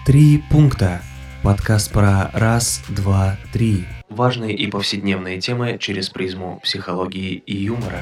Три пункта. Подкаст про раз, два, три. Важные и повседневные темы через призму психологии и юмора.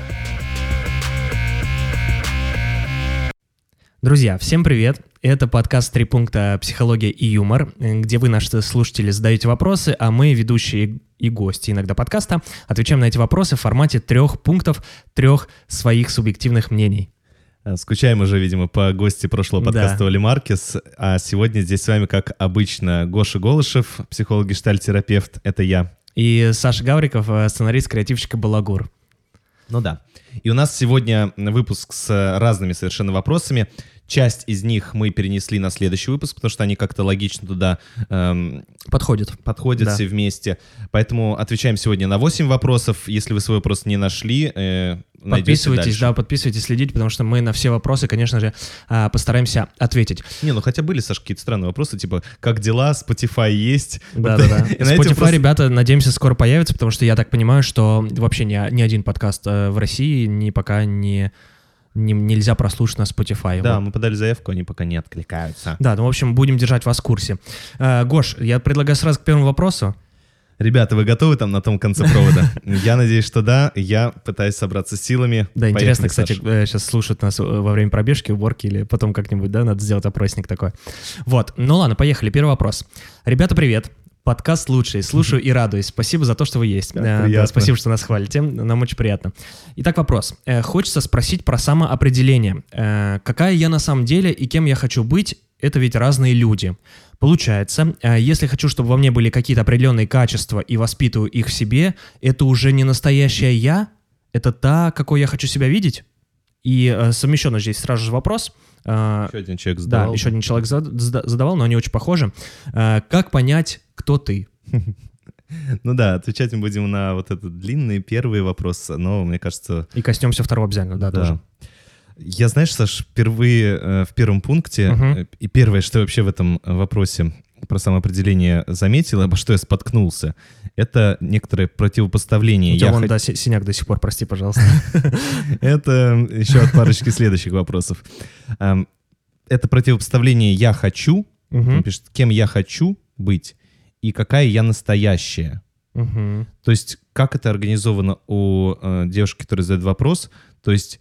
Друзья, всем привет! Это подкаст «Три пункта. Психология и юмор», где вы, наши слушатели, задаете вопросы, а мы, ведущие и гости иногда подкаста, отвечаем на эти вопросы в формате 3 пунктов, 3 своих субъективных мнений. Скучаем уже, видимо, по гости прошлого подкаста Оли Маркес, а сегодня здесь с вами, как обычно, Гоша Голышев, психолог-гештальт-терапевт, это я. И Саша Гавриков, сценарист, креативщик и балагур. Ну да. И у нас сегодня выпуск с разными совершенно вопросами. Часть из них мы перенесли на следующий выпуск, потому что они как-то логично туда подходят да. Все вместе. Поэтому отвечаем сегодня на 8 вопросов. Если вы свой вопрос не нашли, подписывайтесь, подписывайтесь, следите, потому что мы на все вопросы, конечно же, постараемся ответить. Ну хотя были, Саш, какие-то странные вопросы, типа, как дела, Spotify есть? Да. Spotify, ребята, надеемся, скоро появится, потому что я так понимаю, что вообще ни один подкаст в России пока нельзя прослушать на Spotify. Да, мы подали заявку, они пока не откликаются. Да, в общем, будем держать вас в курсе. Гош, я предлагаю сразу к первому вопросу. Ребята, вы готовы там на том конце провода? Я надеюсь, что да. Я пытаюсь собраться с силами. Да, интересно, кстати, сейчас слушают нас во время пробежки, уборки или потом как-нибудь, да, надо сделать опросник такой. Вот, ну ладно, поехали. Первый вопрос. Ребята, привет. Подкаст лучший, слушаю и радуюсь. Спасибо за то, что вы есть. Да, спасибо, что нас хвалите. Нам очень приятно. Итак, вопрос. Хочется спросить про самоопределение. Какая я на самом деле и кем я хочу быть? Это ведь разные люди. Получается, если хочу, чтобы во мне были какие-то определенные качества и воспитываю их в себе, это уже не настоящее я? Это та, какой я хочу себя видеть? И совмещенно здесь сразу же вопрос. Еще один человек задавал. Да, еще один человек задавал, но они очень похожи. Как понять, кто ты? Ну да, отвечать мы будем на вот этот длинный первый вопрос, но мне кажется... И коснемся второго обязательно, да, тоже. Я, знаешь, Саш, впервые в первом пункте, и первое, что я вообще в этом вопросе про самоопределение заметил, обо что я споткнулся, это некоторое противопоставление. У тебя синяк до сих пор, прости, пожалуйста. Это еще от парочки следующих вопросов. Это противопоставление «я хочу», он пишет, кем я хочу быть и какая я настоящая. То есть как это организовано у девушки, которая задает вопрос, то есть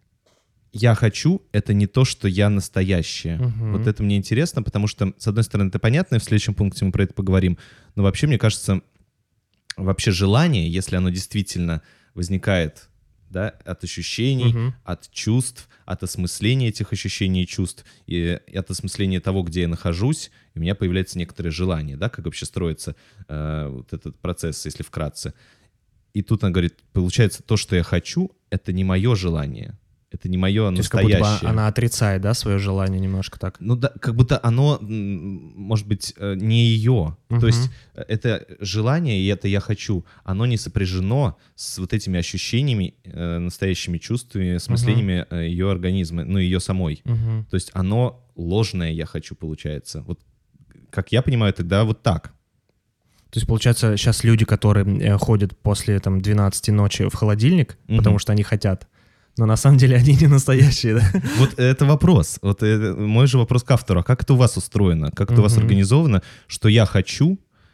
«я хочу» — это не то, что «я настоящая». Вот это мне интересно, потому что, с одной стороны, это понятно, и в следующем пункте мы про это поговорим, но вообще, мне кажется, вообще желание, если оно действительно возникает, да, от ощущений, от чувств, от осмысления этих ощущений и чувств, и от осмысления того, где я нахожусь, у меня появляется некоторое желание, да, как вообще строится вот этот процесс, если вкратце. И тут она говорит, получается, то, что я хочу, это не мое желание. Это не мое настоящее. То есть как будто бы она отрицает, да, свое желание немножко так? Ну да, как будто оно, может быть, не ее. То есть это желание, и это я хочу, оно не сопряжено с вот этими ощущениями, настоящими чувствами, осмыслениями ее организма, ну, ее самой. То есть оно ложное я хочу, получается. Вот как я понимаю, тогда вот так. То есть, получается, сейчас люди, которые ходят после 12 ночи в холодильник, потому что они хотят, но на самом деле они не настоящие, да? Вот это вопрос. Вот мой же вопрос к автору. А как это у вас устроено? Как это у вас организовано, что «я хочу»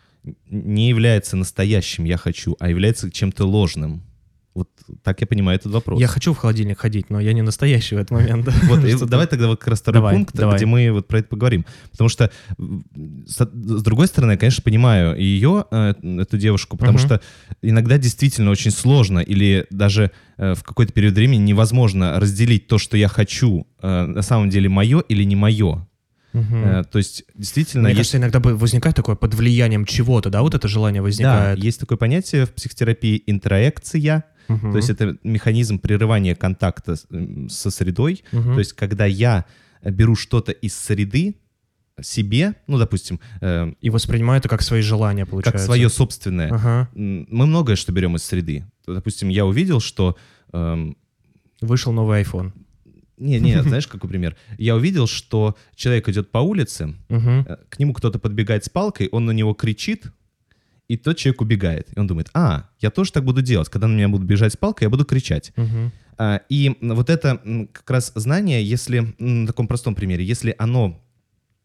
не является настоящим «я хочу», а является чем-то ложным? Вот так я понимаю этот вопрос. Я хочу в холодильник ходить, но я не настоящий в этот момент. Вот, давай тогда вот как раз второй пункт, где мы вот про это поговорим. Потому что, с другой стороны, я, конечно, понимаю ее, эту девушку, потому что иногда действительно очень сложно или даже в какой-то период времени невозможно разделить то, что я хочу, на самом деле мое или не мое. То есть, действительно... Мне кажется, иногда возникает такое под влиянием чего-то, да, вот это желание возникает. Да, есть такое понятие в психотерапии интроекция. То есть это механизм прерывания контакта со средой. То есть когда я беру что-то из среды себе, ну, допустим... И воспринимаю это как свои желания, получается. Как свое собственное. Мы многое что берем из среды. Допустим, я увидел, что... Вышел новый iPhone. Не, знаешь, какой пример? Я увидел, что человек идет по улице, к нему кто-то подбегает с палкой, он на него кричит, и тот человек убегает. И он думает, я тоже так буду делать. Когда на меня будут бежать с палкой, я буду кричать. И вот это как раз знание, если, на таком простом примере, если оно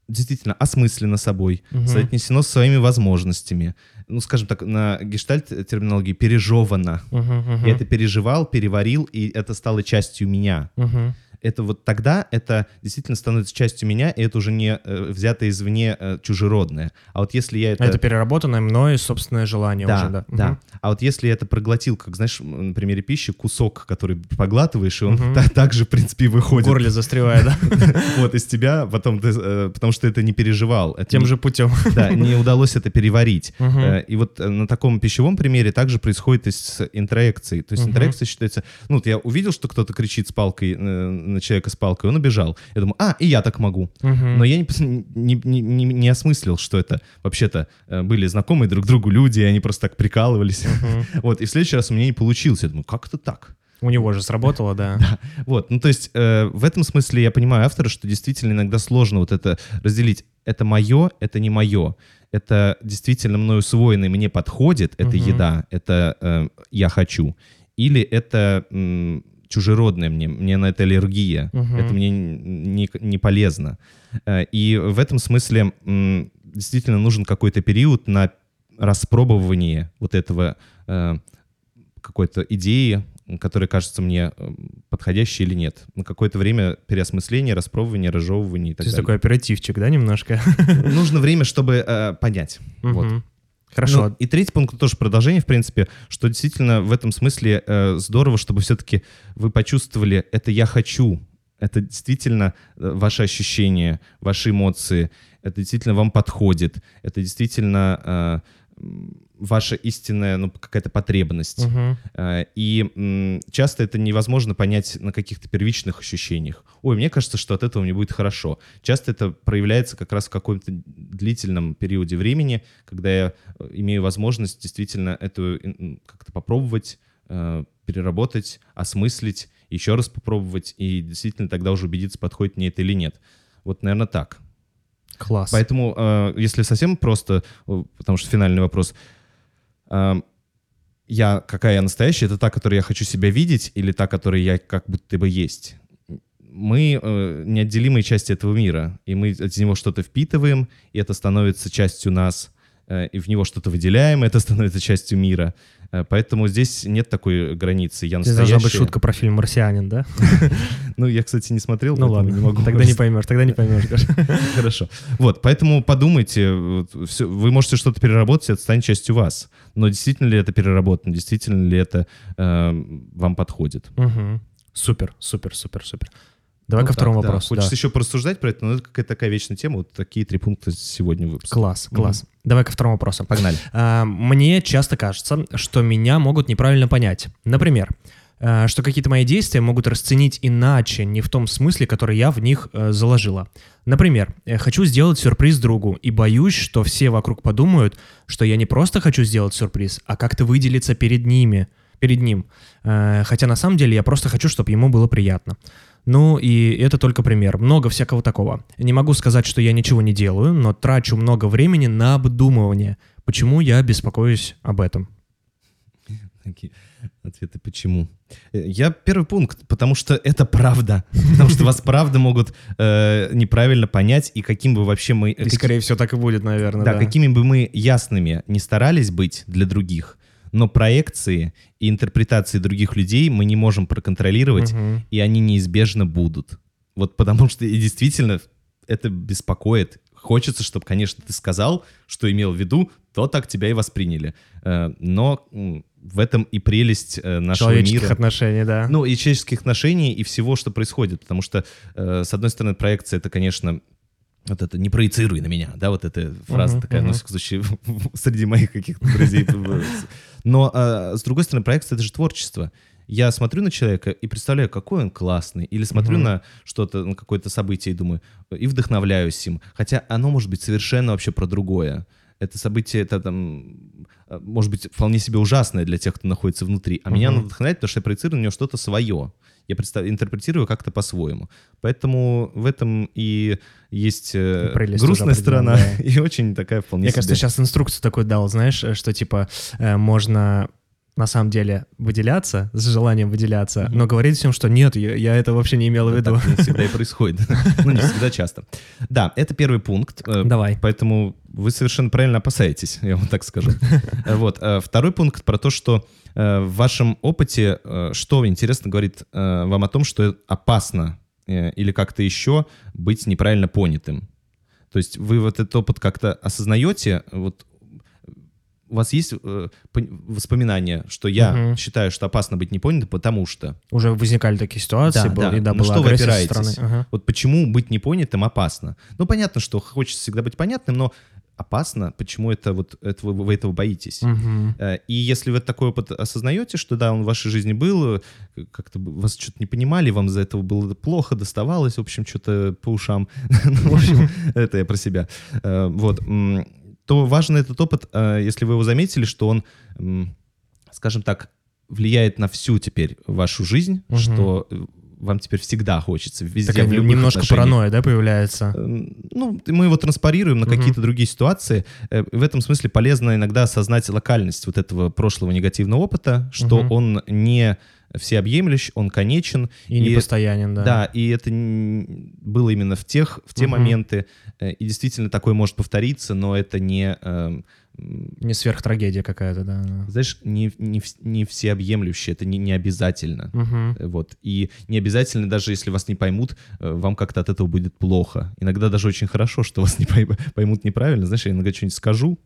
действительно осмысленно собой, соотнесено со своими возможностями. Ну, скажем так, на гештальт-терминологии пережевано. Я это переживал, переварил, и это стало частью меня. Это вот тогда это действительно становится частью меня, и это уже не взято извне чужеродное. А вот если я это... Это переработанное мной собственное желание уже, да. Да. А вот если я это проглотил, как, знаешь, на примере пищи, кусок, который поглатываешь, и он так же, в принципе, и выходит. В горле застревает, да? Вот из тебя, потом потому что ты это не переживал. Тем же путем. Да, не удалось это переварить. И вот на таком пищевом примере также происходит и с интроекцией. То есть интроекция считается... Ну, вот я увидел, что кто-то кричит с палкой на человека с палкой, он убежал. Я думаю, и я так могу. Но я не осмыслил, что это вообще-то были знакомые друг другу люди, и они просто так прикалывались. Вот, и в следующий раз у меня не получилось. Я думаю, как это так? У него же сработало, да. Да. Вот, ну то есть в этом смысле я понимаю автора, что действительно иногда сложно вот это разделить. Это мое, это не мое. Это действительно мною усвоено и мне подходит, это еда, это я хочу. Или это... чужеродное мне на это аллергия, это мне не полезно. И в этом смысле действительно нужен какой-то период на распробование вот этого какой-то идеи, которая кажется мне подходящей или нет. На какое-то время переосмысления, распробования, разжевывания и так далее. То есть такой оперативчик, да, немножко? Нужно время, чтобы понять. Вот. Хорошо. Ну, и третий пункт тоже продолжение, в принципе, что действительно в этом смысле здорово, чтобы все-таки вы почувствовали, это я хочу, это действительно ваши ощущения, ваши эмоции, это действительно вам подходит, это действительно ваша истинная, какая-то потребность. И часто это невозможно понять на каких-то первичных ощущениях. Ой, мне кажется, что от этого мне будет хорошо. Часто это проявляется как раз в каком-то длительном периоде времени, когда я имею возможность действительно это как-то попробовать, переработать, осмыслить, еще раз попробовать, и действительно тогда уже убедиться, подходит мне это или нет. Вот, наверное, так. Класс. Поэтому, если совсем просто, потому что финальный вопрос, какая я настоящая, это та, которой я хочу себя видеть, или та, которой я как будто бы есть. Мы неотделимые части этого мира, и мы из него что-то впитываем, и это становится частью нас, и в него что-то выделяем, и это становится частью мира. Поэтому здесь нет такой границы. Я настоящая. Здесь должна быть шутка про фильм «Марсианин», да? Ну, я, кстати, не смотрел, ну ладно, не могу. Тогда не поймешь. Хорошо. Вот, поэтому подумайте, вы можете что-то переработать, это станет частью вас. Но действительно ли это переработано, действительно ли это вам подходит? Супер. Давай ко второму вопросу. Хочется еще порассуждать про это, но это какая-то такая вечная тема. Вот такие 3 пункта сегодня выпуска. Класс. Давай ко второму вопросу. Погнали. Мне часто кажется, что меня могут неправильно понять. Например, что какие-то мои действия могут расценить иначе, не в том смысле, который я в них заложила. Например, хочу сделать сюрприз другу и боюсь, что все вокруг подумают, что я не просто хочу сделать сюрприз, а как-то выделиться перед ним. Хотя на самом деле я просто хочу, чтобы ему было приятно. Ну и это только пример. Много всякого такого. Не могу сказать, что я ничего не делаю, но трачу много времени на обдумывание. Почему я беспокоюсь об этом? Такие ответы «почему?». Первый пункт, потому что это правда. Потому что вас правда могут неправильно понять, и каким бы вообще мы... И скорее всего так и будет, наверное. Да, какими бы мы ясными не старались быть для других, но проекции и интерпретации других людей мы не можем проконтролировать, и они неизбежно будут. Вот потому что и действительно это беспокоит. Хочется, чтобы, конечно, ты сказал, что имел в виду, то так тебя и восприняли. Но в этом и прелесть нашего мира. Человеческих отношений, да. Ну, и человеческих отношений, и всего, что происходит. Потому что, с одной стороны, проекция — это, конечно... Вот это «не проецируй на меня», да, вот эта фраза такая, на всякий случай, среди моих каких-то друзей. Но, с другой стороны, проекция — это же творчество. Я смотрю на человека и представляю, какой он классный, или смотрю на что-то, на какое-то событие и думаю, и вдохновляюсь им. Хотя оно может быть совершенно вообще про другое. Это событие, это там, может быть, вполне себе ужасное для тех, кто находится внутри. А меня оно вдохновляет, потому что я проецирую на него что-то свое. Я интерпретирую как-то по-своему. Поэтому в этом и есть грустная сторона, и очень такая вполне себе... Мне кажется, сейчас инструкцию такую дал, знаешь, что типа можно на самом деле выделяться, с желанием выделяться, но говорить всем, что нет, я это вообще не имел в виду. Так не всегда и происходит. Ну, не всегда, часто. Да, это первый пункт. Давай. Поэтому вы совершенно правильно опасаетесь, я вам так скажу. Вот. Второй пункт про то, что в вашем опыте, что интересно говорит вам о том, что опасно или как-то еще быть неправильно понятым. То есть вы вот этот опыт как-то осознаете, вот у вас есть воспоминания, что я считаю, что опасно быть непонятым, потому что... Уже возникали такие ситуации, на была что вы агрессия со опираетесь? стороны. Вот почему быть непонятым опасно? Ну, понятно, что хочется всегда быть понятным, но опасно, почему вы этого боитесь? И если вы такой опыт осознаете, что да, он в вашей жизни был, как-то вас что-то не понимали, вам за этого было плохо, доставалось, в общем, что-то по ушам. В общем, это я про себя. Вот. То важен этот опыт, если вы его заметили, что он, скажем так, влияет на всю теперь вашу жизнь, что вам теперь всегда хочется везде, такая в любых немножко отношениях. паранойя, да, появляется? Ну, мы его транспарируем на какие-то другие ситуации. В этом смысле полезно иногда осознать локальность вот этого прошлого негативного опыта, что он не всеобъемлющ, он конечен. И непостоянен, да. Да, и это было именно в те моменты. И действительно такое может повториться, но это не... Не сверхтрагедия какая-то, да. Знаешь, не всеобъемлющее, это не обязательно. Вот. И не обязательно, даже если вас не поймут, вам как-то от этого будет плохо. Иногда даже очень хорошо, что вас не поймут неправильно. Знаешь, я иногда что-нибудь скажу.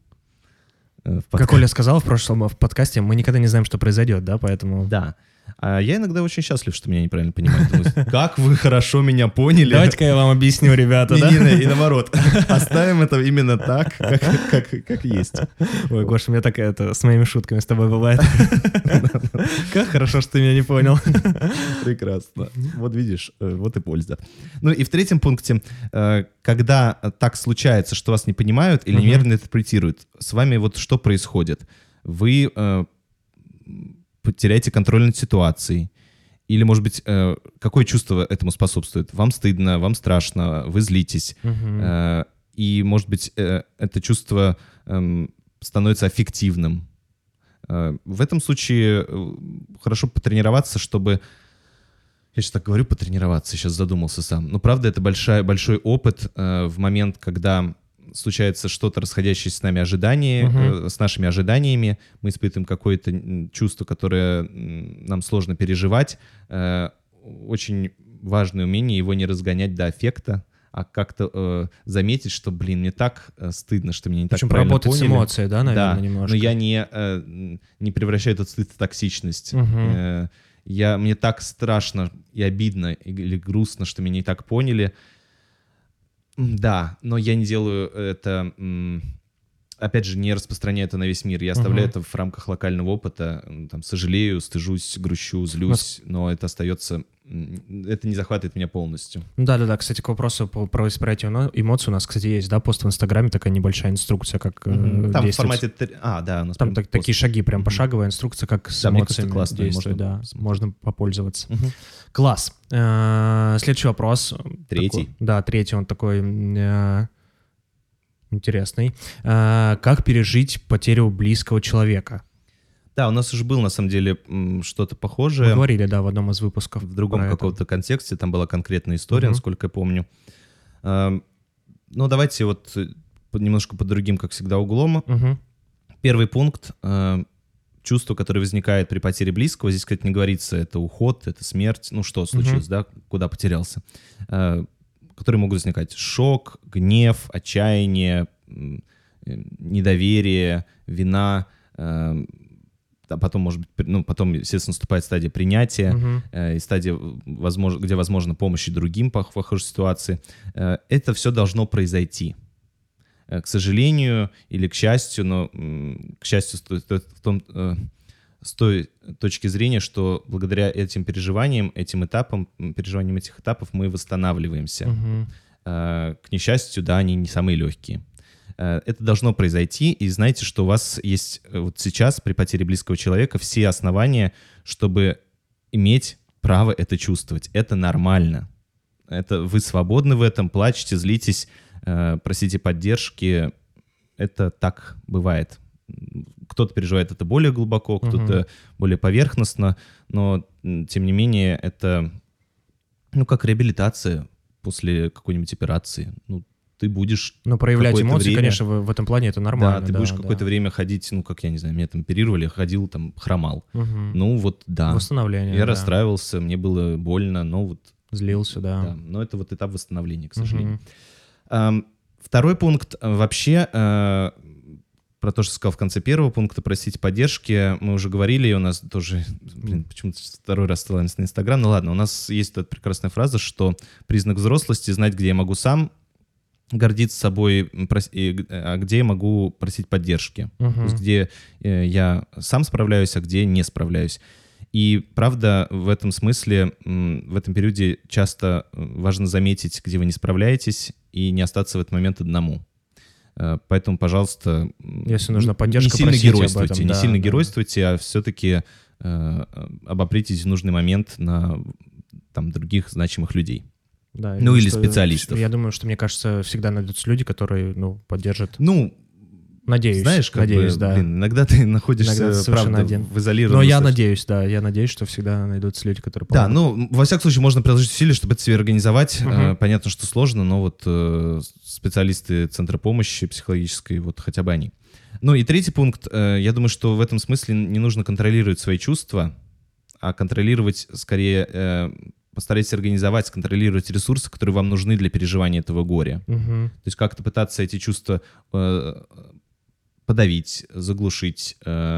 Как Оля сказала в прошлом в подкасте, мы никогда не знаем, что произойдет, да, поэтому... Да. А я иногда очень счастлив, что меня неправильно понимают. Думаю, как вы хорошо меня поняли. Давайте-ка я вам объясню, ребята, да? И наоборот. Оставим это именно так, как есть. Ой, Гоша, у меня так это с моими шутками с тобой бывает. Как хорошо, что ты меня не понял. Прекрасно. Вот видишь, вот и польза. Ну и в третьем пункте, когда так случается, что вас не понимают или неверно интерпретируют, с вами вот что происходит? Вы теряете контроль над ситуацией. Или, может быть, какое чувство этому способствует? Вам стыдно, вам страшно, вы злитесь. И, может быть, это чувство становится аффективным. В этом случае хорошо потренироваться, чтобы... Я сейчас так говорю, потренироваться, сейчас задумался сам. Но, правда, это большой опыт в момент, когда случается что-то, расходящееся с нашими ожиданиями, мы испытываем какое-то чувство, которое нам сложно переживать. Очень важное умение его не разгонять до аффекта, а как-то заметить, что, мне так стыдно, что меня не так правильно поняли. Причем поработать с эмоцией, да, наверное, немножко. Но я не превращаю этот стыд в токсичность. Мне так страшно и обидно или грустно, что меня не так поняли. Да, но я не делаю это, опять же, не распространяю это на весь мир. Я оставляю это в рамках локального опыта. Там, сожалею, стыжусь, грущу, злюсь, но это остается... Это не захватывает меня полностью. Да. Кстати, к вопросу про восприятие эмоций у нас, кстати, есть, да, пост в Инстаграме, такая небольшая инструкция, как Там действовать. в формате... у нас там такие шаги, прям пошаговая инструкция, как с эмоциями классно, действовать, можно попользоваться. Класс. Следующий вопрос. Третий. Третий, он такой интересный. Как пережить потерю близкого человека? Да, у нас уже было, на самом деле, что-то похожее. Мы говорили, да, в одном из выпусков. В другом каком-то контексте, там была конкретная история, насколько я помню. Но давайте вот немножко под другим, как всегда, углом. Первый пункт. Чувство, которое возникает при потере близкого. Здесь, кстати, не говорится, это уход, это смерть. Ну, что случилось, да, куда потерялся. Которые могут возникать шок, гнев, отчаяние, недоверие, вина. Потом, может быть, потом, естественно, наступает стадия принятия, и стадия, где возможна помощь и другим по похожей ситуации. Это все должно произойти. К сожалению или к счастью, но к счастью с той точки зрения, что благодаря этим переживаниям, переживаниям этих этапов мы восстанавливаемся. К несчастью, да, они не самые легкие. Это должно произойти, и знаете, что у вас есть вот сейчас при потере близкого человека все основания, чтобы иметь право это чувствовать. Это нормально. Вы свободны в этом, плачете, злитесь, просите поддержки. Это так бывает. Кто-то переживает это более глубоко, кто-то более поверхностно, но, тем не менее, это, как реабилитация после какой-нибудь операции. Ты будешь... Но проявлять эмоции, время, конечно, в этом плане это нормально. Да, ты будешь какое-то время ходить, как я не знаю, меня там оперировали, ходил там, хромал. Восстановление, Я расстраивался, мне было больно, Злился, да. Но это этап восстановления, к сожалению. Второй пункт вообще... Про то, что сказал в конце первого пункта, просить поддержки, мы уже говорили, и у нас тоже, почему-то второй раз ссылаемся на Инстаграм, у нас есть эта прекрасная фраза, что признак взрослости — знать, где я могу сам гордиться собой, а где я могу просить поддержки. То есть где я сам справляюсь, а где не справляюсь. И правда, в этом смысле, в этом периоде часто важно заметить, где вы не справляетесь, и не остаться в этот момент одному. Поэтому, пожалуйста, если нужна поддержка, не сильно геройствуйте, об этом. Не сильно геройствуйте, а все-таки обопритесь в нужный момент на других значимых людей. Да, или специалистов. Я думаю, что, мне кажется, всегда найдутся люди, которые, поддержат. Надеюсь. Знаешь, да. Иногда ты находишься, правда, в изолированном... Но я надеюсь, что всегда найдутся люди, которые помогут. Да, во всяком случае, можно приложить усилия, чтобы это себе организовать. Понятно, что сложно, но специалисты Центра помощи психологической, хотя бы они. И третий пункт. Я думаю, что в этом смысле не нужно контролировать свои чувства, а контролировать, скорее, постарайтесь организовать, сконтролировать ресурсы, которые вам нужны для переживания этого горя. То есть как-то пытаться эти чувства подавить, заглушить,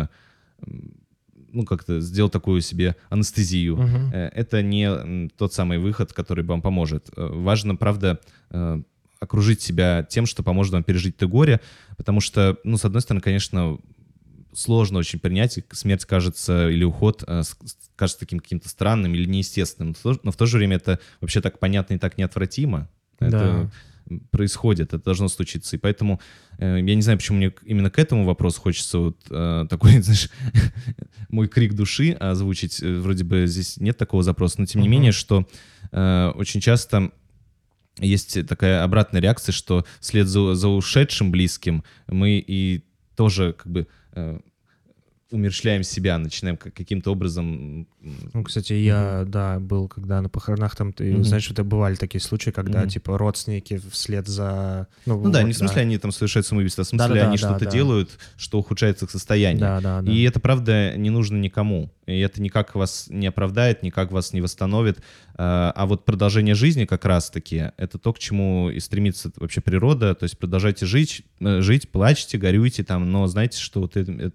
как-то сделать такую себе анестезию. Это не тот самый выход, который вам поможет. Важно, правда, окружить себя тем, что поможет вам пережить это горе, потому что, с одной стороны, конечно, сложно очень принять, смерть кажется, или уход кажется таким каким-то странным или неестественным, но в то же время это вообще так понятно и так неотвратимо. Это происходит, это должно случиться. И поэтому я не знаю, почему мне именно к этому вопросу хочется такой, знаешь, мой крик души озвучить. Вроде бы здесь нет такого запроса, но тем не менее, что очень часто есть такая обратная реакция, что вслед за ушедшим близким мы и тоже умерщвляем себя, начинаем каким-то образом... Кстати, я, был, когда на похоронах, ты знаешь, что бывали такие случаи, когда, родственники вслед за... не в смысле они совершают самоубийство, а в смысле они что-то делают, что ухудшает их состояние. И это, правда, не нужно никому. И это никак вас не оправдает, никак вас не восстановит. А продолжение жизни как раз-таки это то, к чему и стремится вообще природа. То есть продолжайте жить, плачьте, горюйте, но знайте, что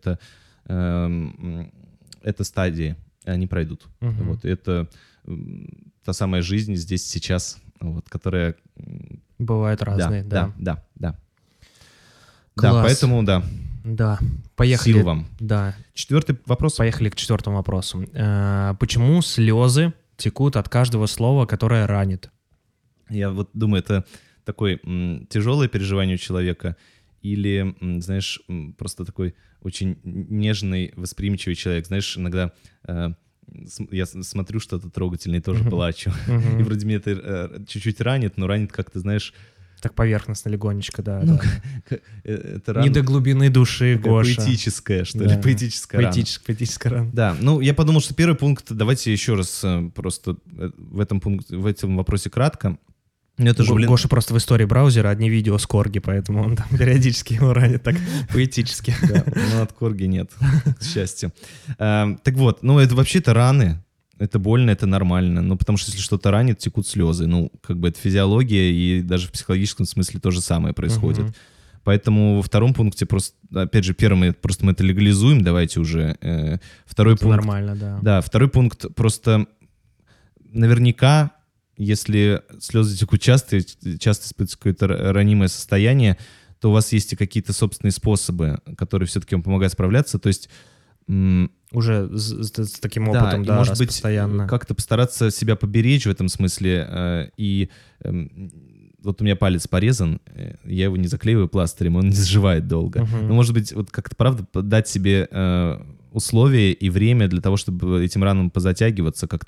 это стадии, они пройдут. Это та самая жизнь здесь, сейчас, которая... Бывают разные, да. Да, поэтому, Да, поехали. Сил вам. Да. Четвертый вопрос. Поехали к четвертому вопросу. Почему слезы текут от каждого слова, которое ранит? Я думаю, это такое тяжелое переживание у человека или, знаешь, просто такой очень нежный, восприимчивый человек. Знаешь, иногда я смотрю что-то трогательное и тоже плачу. И вроде меня это чуть-чуть ранит, но ранит как-то, знаешь... Так поверхностно, легонечко, да. Это рана... Не до глубины души, Гоша. Поэтическая, что ли, поэтическая рана. Поэтическая рана. Да, я подумал, что первый пункт, давайте еще раз просто в этом вопросе кратко. Это же, Гоша просто в истории браузера одни видео с корги, поэтому он там периодически его ранит так поэтически. Да, но от корги нет, к счастью. Так вот, это вообще-то раны. Это больно, это нормально. Потому что если что-то ранит, текут слезы. Это физиология, и даже в психологическом смысле то же самое происходит. Поэтому во втором пункте просто, опять же, первым просто мы это легализуем, давайте уже. Второй это пункт... нормально, да. Да, второй пункт просто наверняка, если слезы текут часто испытываете какое-то ранимое состояние, то у вас есть и какие-то собственные способы, которые все-таки вам помогают справляться. То есть... Уже с таким опытом, да, может быть, постоянно. Как-то постараться себя поберечь в этом смысле. И вот у меня палец порезан, я его не заклеиваю пластырем, он не заживает долго. Но, может быть, как-то, правда, дать себе условия и время для того, чтобы этим ранам позатягиваться, как-то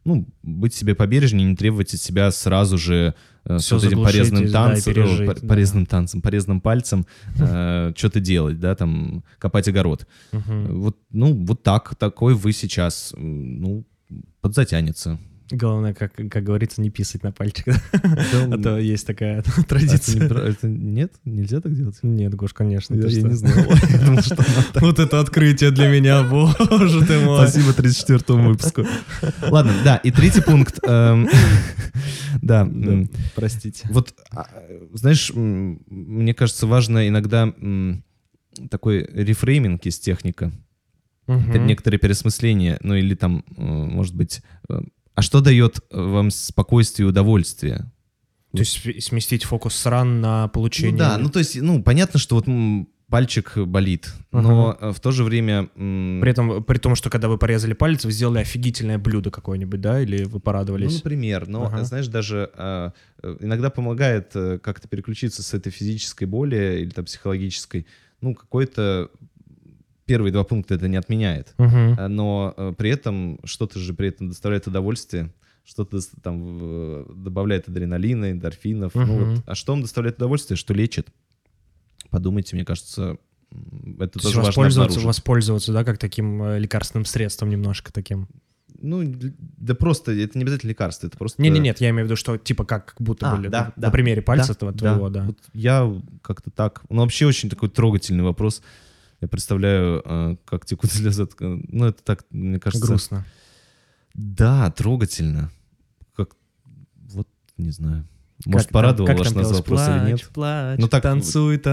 ну, быть себе побережнее, не требовать от себя сразу же с вот этим порезанным танцем, порезанным пальцем что-то делать, да, там, копать огород. Вот, ну, вот такой вы сейчас, ну, подзатянется. Главное, как говорится, не писать на пальчик. А то есть такая традиция. Нет? Нельзя так делать? Нет, Гош, конечно. Я не знал. Вот это открытие для меня, боже ты мой. Спасибо 34-му выпуску. Ладно, да, и третий пункт. Да. Простите. Вот, знаешь, мне кажется, важно иногда такой рефрейминг из техника. Некоторые переосмысления, ну или там, может быть... А что дает вам спокойствие и удовольствие? То есть сместить фокус с ран на получение... Ну да, ну то есть, ну понятно, что вот пальчик болит, но в то же время... При том, что когда вы порезали палец, вы сделали офигительное блюдо какое-нибудь, да? Или вы порадовались? Ну, например. Но, знаешь, даже иногда помогает как-то переключиться с этой физической боли или там психологической. Ну, какой-то... Первые два пункта это не отменяет, но при этом что-то же при этом доставляет удовольствие, что-то там добавляет адреналина, эндорфинов. Ну, вот. А что вам доставляет удовольствие? Что лечит? Подумайте, мне кажется, это тоже важно обнаружить. Воспользоваться, да, как таким лекарственным средством немножко таким. Ну, да просто, это не обязательно лекарство, это просто... Нет, я имею в виду, что типа как будто бы на примере пальца твоего, да. Вот я как-то так... Ну, вообще очень такой трогательный вопрос. Я представляю, как текут слезы. Ну, это так, мне кажется... Грустно. Да, трогательно. Как... Вот, не знаю. Может, порадовал ваш нас вопрос или нет? Плачь, ну, так... танцуй.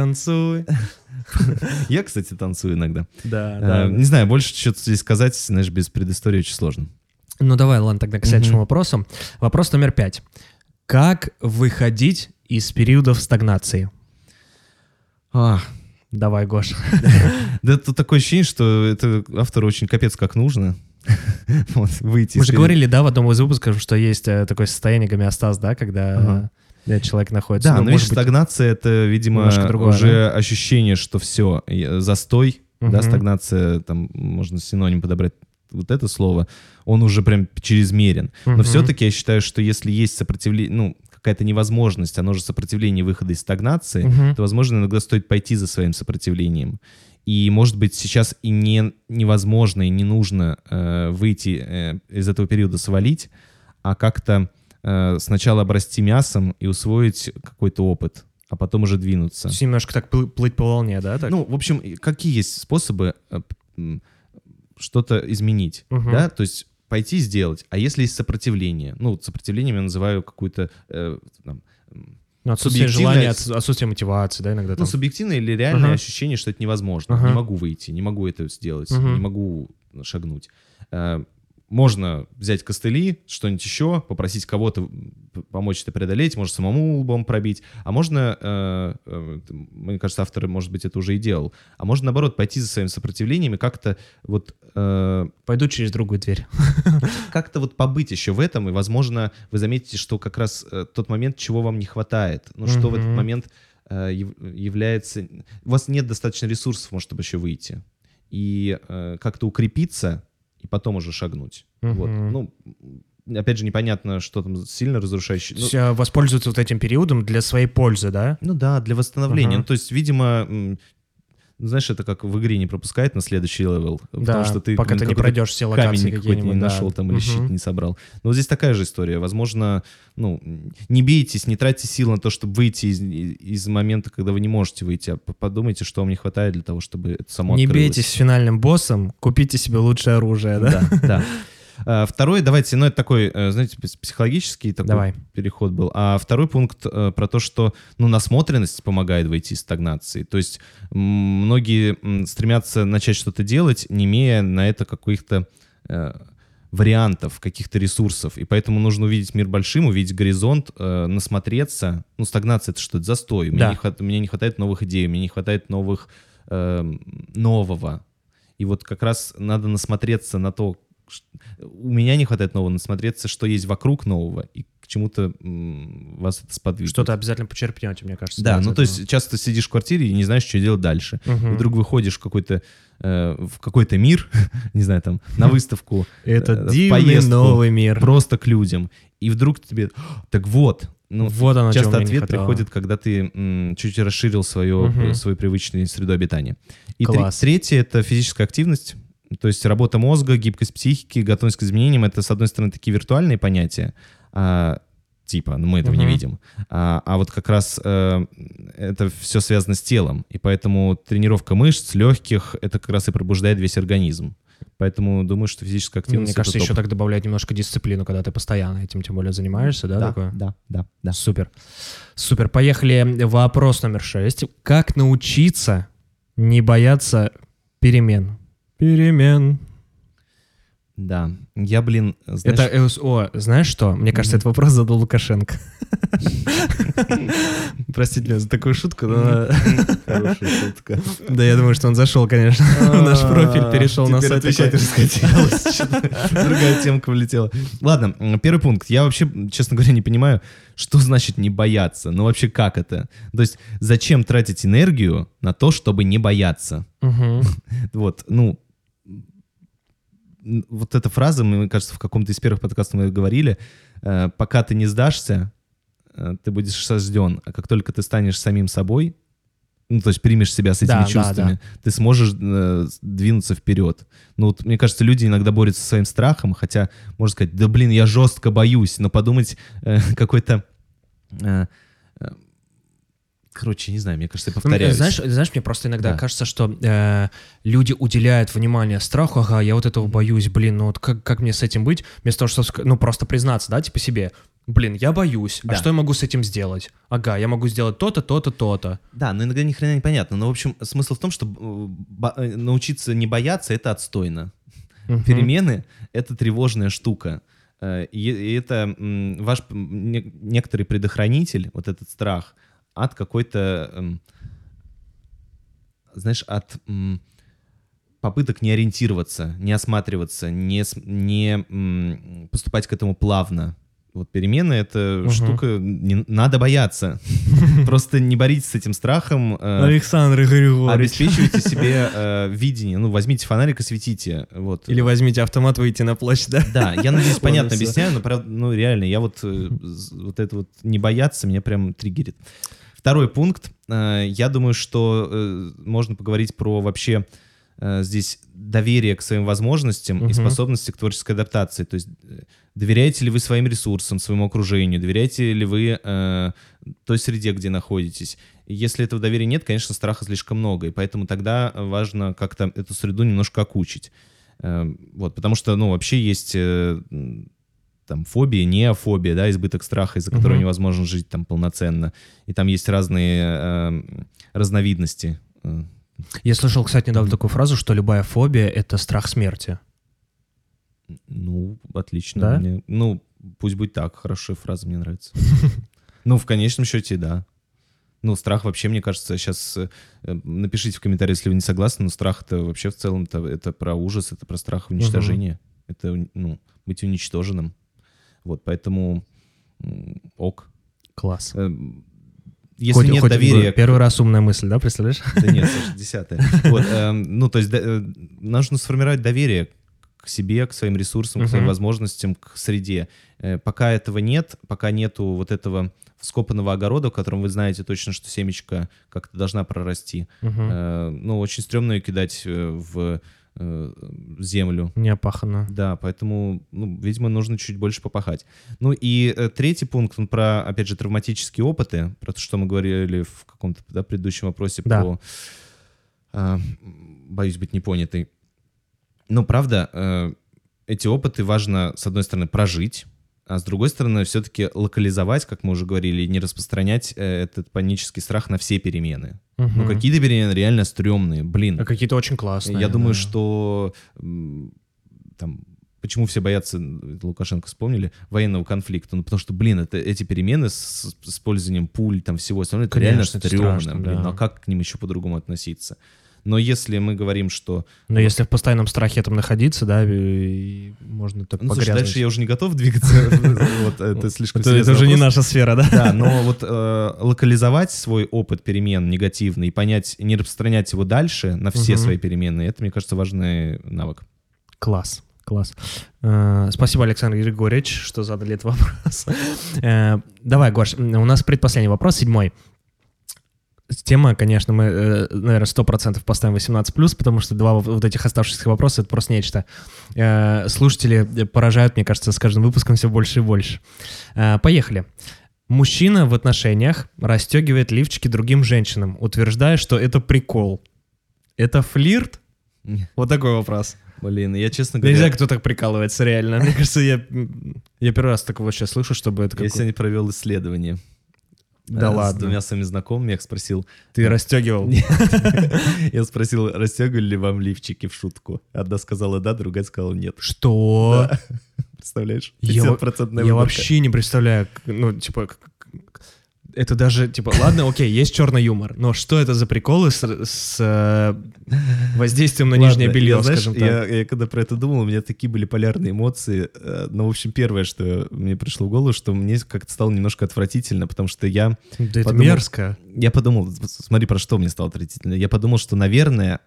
Я, кстати, танцую иногда. Да. Не знаю, больше что-то здесь сказать, знаешь, без предыстории очень сложно. Ну, давай, ладно, тогда к следующему вопросу. Вопрос номер 5. Как выходить из периодов стагнации? Давай, Гош. Да тут такое ощущение, что это автору очень капец как нужно. Вот, выйти. Мы же говорили, да, в одном из выпусков, что есть такое состояние гомеостаз, да, когда человек находится... Да, но видишь, стагнация — это, видимо, уже ощущение, что все, застой, да, стагнация, там можно синоним подобрать вот это слово, он уже прям чрезмерен. Но все-таки я считаю, что если есть сопротивление, ну, какая-то невозможность, оно же сопротивление выхода из стагнации, то, возможно, иногда стоит пойти за своим сопротивлением. И, может быть, сейчас и невозможно, и не нужно выйти из этого периода, свалить, а как-то сначала обрасти мясом и усвоить какой-то опыт, а потом уже двинуться. То есть немножко так плыть по волне, да? Так? Ну, в общем, какие есть способы что-то изменить, да? То есть пойти сделать. А если есть сопротивление? Ну, сопротивлением я называю какую-то... отсутствие желания, отсутствие мотивации, да, иногда там. Ну, субъективное или реальное ощущение, что это невозможно. Не могу выйти, не могу это сделать, не могу шагнуть. Можно взять костыли, что-нибудь еще, попросить кого-то помочь это преодолеть, может, самому лбом пробить. А можно, мне кажется, автор, может быть, это уже и делал, а можно, наоборот, пойти за своим сопротивлением и как-то вот... Пойду через другую дверь. Как-то вот побыть еще в этом, и, возможно, вы заметите, что как раз тот момент, чего вам не хватает, ну, что в этот момент является... У вас нет достаточно ресурсов, может, чтобы еще выйти. И как-то укрепиться, и потом уже шагнуть. Вот. Ну, опять же, непонятно, что там сильно разрушающее. То есть воспользоваться вот этим периодом для своей пользы, да? Ну да, для восстановления. Ну, то есть, видимо, знаешь, это как в игре не пропускает на следующий левел, да, потому что ты пока ты не пройдешь все локации камень какой-то не нашел там или щит не собрал. Но вот здесь такая же история. Возможно, ну, не бейтесь, не тратьте сил на то, чтобы выйти из момента, когда вы не можете выйти, а подумайте, что вам не хватает для того, чтобы это само не открылось. Не бейтесь с финальным боссом, купите себе лучшее оружие, да? Да. Второй, давайте, ну это такой, знаете, психологический такой переход был. А второй пункт про то, что, ну, насмотренность помогает выйти из стагнации. То есть многие стремятся начать что-то делать, не имея на это каких-то вариантов, каких-то ресурсов. И поэтому нужно увидеть мир большим, увидеть горизонт, насмотреться. Ну, стагнация — это что? Это застой. Да. Мне не хватает новых идей, мне не хватает нового. И вот как раз надо насмотреться на то, у меня не хватает нового, насмотреться, что есть вокруг нового, и к чему-то вас это сподвигнет. Что-то обязательно почерпнете, мне кажется. Да, ну то есть часто сидишь в квартире и не знаешь, что делать дальше. И вдруг выходишь в какой-то мир, не знаю, там, на выставку, Это в дивный поездку, новый мир. просто к людям. И вдруг тебе, так вот, ну, Вот оно, чего часто мне не ответ хватало. приходит, когда ты чуть расширил свою привычную среду обитания. И Класс. третье — это физическая активность. То есть работа мозга, гибкость психики, готовность к изменениям — это, с одной стороны, такие виртуальные понятия, мы этого не видим. А вот как раз это все связано с телом. И поэтому тренировка мышц, легких — это как раз и пробуждает весь организм. Поэтому думаю, что физическая активность — Мне кажется, это еще топ. так добавляет немножко дисциплину, когда ты постоянно этим тем более занимаешься, да? Такое? Да. Супер. Супер. Поехали. Вопрос номер 6. Как научиться не бояться перемен? Перемен. Да. Я, знаешь... Это знаешь что? Мне кажется, этот вопрос задал Лукашенко. Простите меня за такую шутку, но... Хорошая шутка. Да, я думаю, что он зашел, конечно, в наш профиль, перешел на сайт. Отвечать расхотелось. Другая темка влетела. Ладно, первый пункт. Я вообще, честно говоря, не понимаю, что значит не бояться. Ну вообще как это? То есть зачем тратить энергию на то, чтобы не бояться? Вот, вот эта фраза, мне кажется, в каком-то из первых подкастов мы говорили, пока ты не сдашься, ты будешь осажден, а как только ты станешь самим собой, то есть примешь себя с этими чувствами, ты сможешь двинуться вперед. Мне кажется, люди иногда борются со своим страхом, хотя можно сказать, да блин, я жестко боюсь, но подумать какой-то... Короче, не знаю, мне кажется, я повторяюсь. Знаешь, мне просто иногда кажется, что люди уделяют внимание страху, я вот этого боюсь, вот как мне с этим быть, вместо того, чтобы, просто признаться, да, типа себе, я боюсь, а что я могу с этим сделать? Я могу сделать то-то, то-то, то-то. Да, но иногда ни хрена не понятно, но, в общем, смысл в том, что научиться не бояться — это отстойно. Перемены — это тревожная штука. И это некоторый предохранитель, вот этот страх, от какой-то, от попыток не ориентироваться, не осматриваться, не поступать к этому плавно. Вот перемены — это штука, не надо бояться. Просто не боритесь с этим страхом. Александр Григорьевич. Обеспечивайте себе видение. Возьмите фонарик и светите. Вот. Или возьмите автомат, выйти на площадь, да? Да, я надеюсь, понятно объясняю, но правда, реально, я вот это вот не бояться меня прям триггерит. Второй пункт. Я думаю, что можно поговорить про вообще здесь доверие к своим возможностям и способности к творческой адаптации. То есть доверяете ли вы своим ресурсам, своему окружению, доверяете ли вы той среде, где находитесь. И если этого доверия нет, конечно, страха слишком много, и поэтому тогда важно как-то эту среду немножко окучить. Вот, потому что, вообще есть... фобия, неофобия, да, избыток страха, из-за которого невозможно жить там полноценно. И там есть разные разновидности. Я слышал, кстати, недавно такую фразу, что любая фобия — это страх смерти. Отлично. Да? Пусть будет так. Хорошая фраза, мне нравится. В конечном счете, да. Страх вообще, мне кажется, сейчас напишите в комментариях, если вы не согласны, но страх — это вообще в целом это про ужас, это про страх уничтожения. Это, быть уничтоженным. Вот, поэтому ок. Класс. Если нет доверия... Первый раз умная мысль, да, представляешь? Да нет, Саша, 10-е. Вот, то есть нужно сформировать доверие к себе, к своим ресурсам, к своим возможностям, к среде. Пока этого нет, пока нету вот этого вскопанного огорода, в котором вы знаете точно, что семечко как-то должна прорасти, очень стрёмно ее кидать в землю. Неопаханно. Да, поэтому, видимо, нужно чуть больше попахать. И третий пункт, он про, опять же, травматические опыты, про то, что мы говорили в каком-то предыдущем вопросе про боюсь быть непонятой. Правда, эти опыты важно, с одной стороны, прожить, а с другой стороны, все-таки локализовать, как мы уже говорили, и не распространять этот панический страх на все перемены. Какие-то перемены реально стрёмные, блин. А какие-то очень классные. Я думаю, что почему все боятся, Лукашенко вспомнили, военного конфликта? Потому что, эти перемены с использованием пуль, всего остального, это реально стрёмно. А как к ним еще по-другому относиться? Но если мы говорим, что... Но если в постоянном страхе там находиться, да, и можно так Ну, слушай, погрязнуть. дальше я уже не готов двигаться. Вот, это слишком Это серьезный уже не вопрос. наша сфера, да? Да, но вот локализовать свой опыт перемен негативный и понять, не распространять его дальше на все свои перемены, это, мне кажется, важный навык. Класс. Спасибо, Александр Григорьевич, что задали этот вопрос. Давай, Гош, у нас предпоследний вопрос, 7. Тема, конечно, мы, наверное, 100% поставим 18+, потому что 2 вот этих оставшихся вопроса — это просто нечто. Слушатели поражают, мне кажется, с каждым выпуском все больше и больше. Поехали. Мужчина в отношениях расстегивает лифчики другим женщинам, утверждая, что это прикол. Это флирт? Вот такой вопрос. Блин, я, честно Я говоря... не знаю, кто так прикалывается, реально. Мне кажется, я первый раз такого сейчас слышу, чтобы это Я сегодня провел исследование. Да С ладно. 2 своими знакомыми, я их спросил... Ты расстегивал? Я спросил, расстегивали ли вам лифчики в шутку. Одна сказала да, другая сказала нет. Что? Представляешь? Я 50% вообще не представляю, ну, типа, это даже, типа, ладно, окей, есть черный юмор, но что это за приколы с воздействием на нижнее белье, скажем так? Я когда про это думал, у меня такие были полярные эмоции. Но, в общем, первое, что мне пришло в голову, что мне как-то стало немножко отвратительно, потому что я... Да это мерзко. Я подумал, смотри, про что мне стало отвратительно. Я подумал, что, наверное,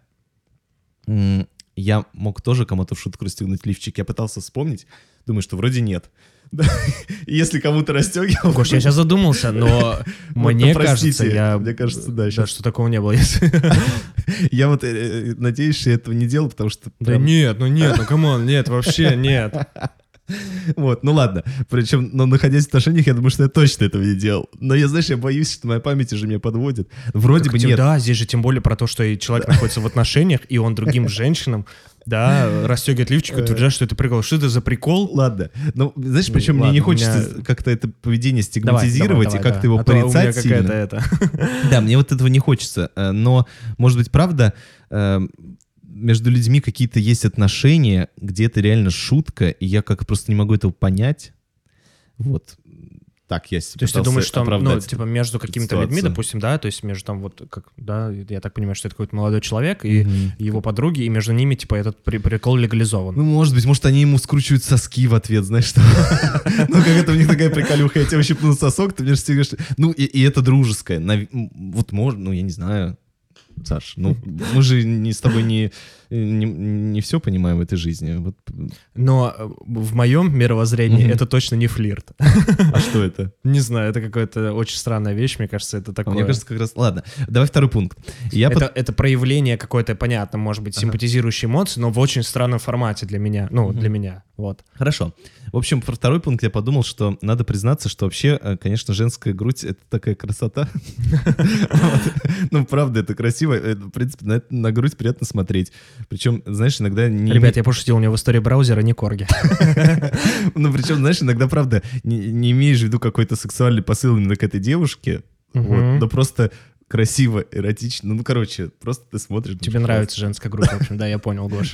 я мог тоже кому-то в шутку расстегнуть лифчик. Я пытался вспомнить, думаю, что вроде нет. Да. И если кому-то расстегивал... Гош, я сейчас задумался, но мне кажется, Мне кажется, да. Да, что такого не было. Я вот надеюсь, что я этого не делал, потому что... Да нет, ну камон, нет, вообще нет. Вот, ну ладно. Причем, но находясь в отношениях, я думаю, что я точно этого не делал. Но я, знаешь, я боюсь, что моя память уже меня подводит. Вроде бы нет. Да, здесь же тем более про то, что и человек находится в отношениях, и он другим женщинам, да, расстегивает лифчик, утверждает, что это прикол. Что это за прикол? Ладно. Ну, знаешь, причем мне не хочется как-то это поведение стигматизировать и как-то его порицать сильно. Да, мне вот этого не хочется. Но, может быть, правда... Между людьми какие-то есть отношения, где это реально шутка, и я как просто не могу этого понять. Вот. Так я себе То есть ты думаешь, что, ну, оправдать типа, между какими-то ситуацию. людьми, допустим, да, то есть между там вот, как, да, я так понимаю, что это какой-то молодой человек и его подруги, и между ними, типа, этот прикол легализован. Ну, может, они ему скручивают соски в ответ, знаешь, что? Ну, как это у них такая приколюха, я тебе ущипнул сосок, ты мне же стигаешь... Ну, и это дружеское. Вот можно, ну, я не знаю... Саш, ну мы же с тобой не все понимаем в этой жизни. Вот. Но в моем мировоззрении это точно не флирт. А что это? Не знаю, это какая-то очень странная вещь, мне кажется, это такое... Мне кажется, как раз... Ладно, давай второй пункт. Это проявление какой-то, понятно, может быть, симпатизирующей эмоции, но в очень странном формате для меня, ну, для меня, вот. Хорошо. В общем, про второй пункт я подумал, что надо признаться, что вообще, конечно, женская грудь — это такая красота. Ну, правда, это красиво. В принципе, на грудь приятно смотреть. Причем, знаешь, иногда... Ребят, я пошутил, у меня в истории браузера не корги. Ну, причем, знаешь, иногда, правда, не имеешь в виду какой-то сексуальный посыл именно к этой девушке, но просто... красиво, эротично. Ну, короче, просто ты смотришь... Тебе нравится женская грудь, в общем, да, я понял, Гош.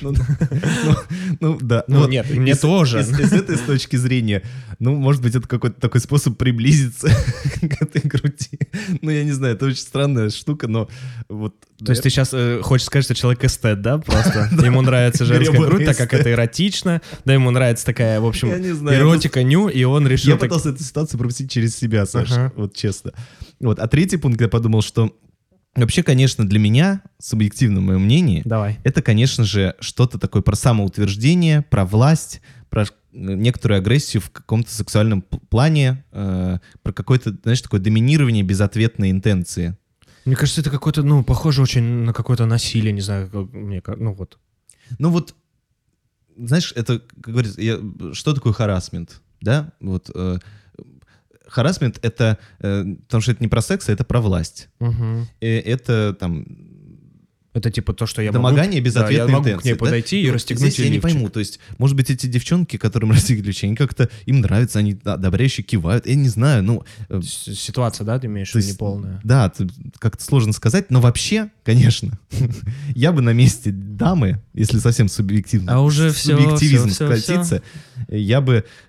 Ну, да. Ну, нет, мне тоже. С этой точки зрения, ну, может быть, это какой-то такой способ приблизиться к этой груди. Ну, я не знаю, это очень странная штука, но вот... То есть ты сейчас хочешь сказать, что человек эстет, да, просто? Ему нравится женская грудь, так как это эротично, да, ему нравится такая, в общем, эротика, ню, и он решил... Я пытался эту ситуацию пропустить через себя, Саша, вот честно. Вот, а третий пункт, я подумал, что вообще, конечно, для меня, субъективно мое мнение, это, конечно же, что-то такое про самоутверждение, про власть, про некоторую агрессию в каком-то сексуальном плане, про какое-то, знаешь, такое доминирование безответной интенции. Мне кажется, это какое-то, ну, похоже очень на какое-то насилие, не знаю, ну вот. Ну вот, знаешь, это, как говорится, что такое харассмент, да? Вот харассмент — это, потому что это не про секс, а это про власть. Это там... Это типа то, что я домогание безответной интенции. Я могу к ней подойти и расстегнуть здесь я не пойму, то есть, может быть, эти девчонки, которым расстегнули лифчик, они как-то, им нравится, они одобряюще кивают, я не знаю, ну... Ситуация, да, ты имеешь в виду, неполная? Да, как-то сложно сказать, но вообще, конечно, я бы на месте дамы, если совсем субъективно, а уже субъективизм скатиться, я бы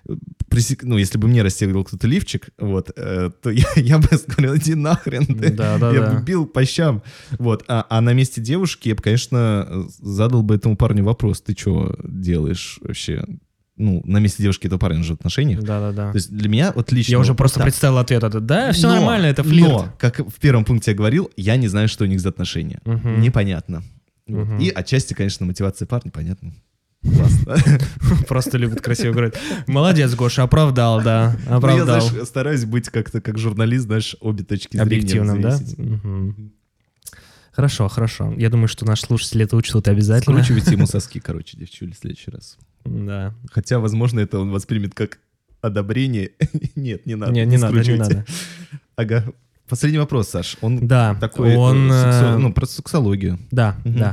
ну, если бы мне расстегивал кто-то лифчик, вот, то я бы сказал, иди нахрен, я бы бил по щам. Вот. А на месте девушки я бы, конечно, задал бы этому парню вопрос, ты что делаешь вообще? Ну, на месте девушки этого парня же в отношениях. Да-да-да. То есть для меня вот лично... Я уже просто представил ответ этот. Да, все нормально, это флирт. Но, как в первом пункте я говорил, я не знаю, что у них за отношения. Непонятно. И отчасти, конечно, мотивация парня, понятно. Классно. Просто любит красиво говорить. Молодец, Гоша, оправдал, да. Оправдал. Я, знаешь, стараюсь быть как-то как журналист, знаешь, обе точки зрения. Объективным, да? Хорошо. Я думаю, что наши слушатели это учтут обязательно. Скручивайте ему соски, короче, девчули, в следующий раз. Да. Хотя, возможно, это он воспримет как одобрение. Нет, не надо. Не надо. Ага. Последний вопрос, Саш. Он такой, про сексологию. Да.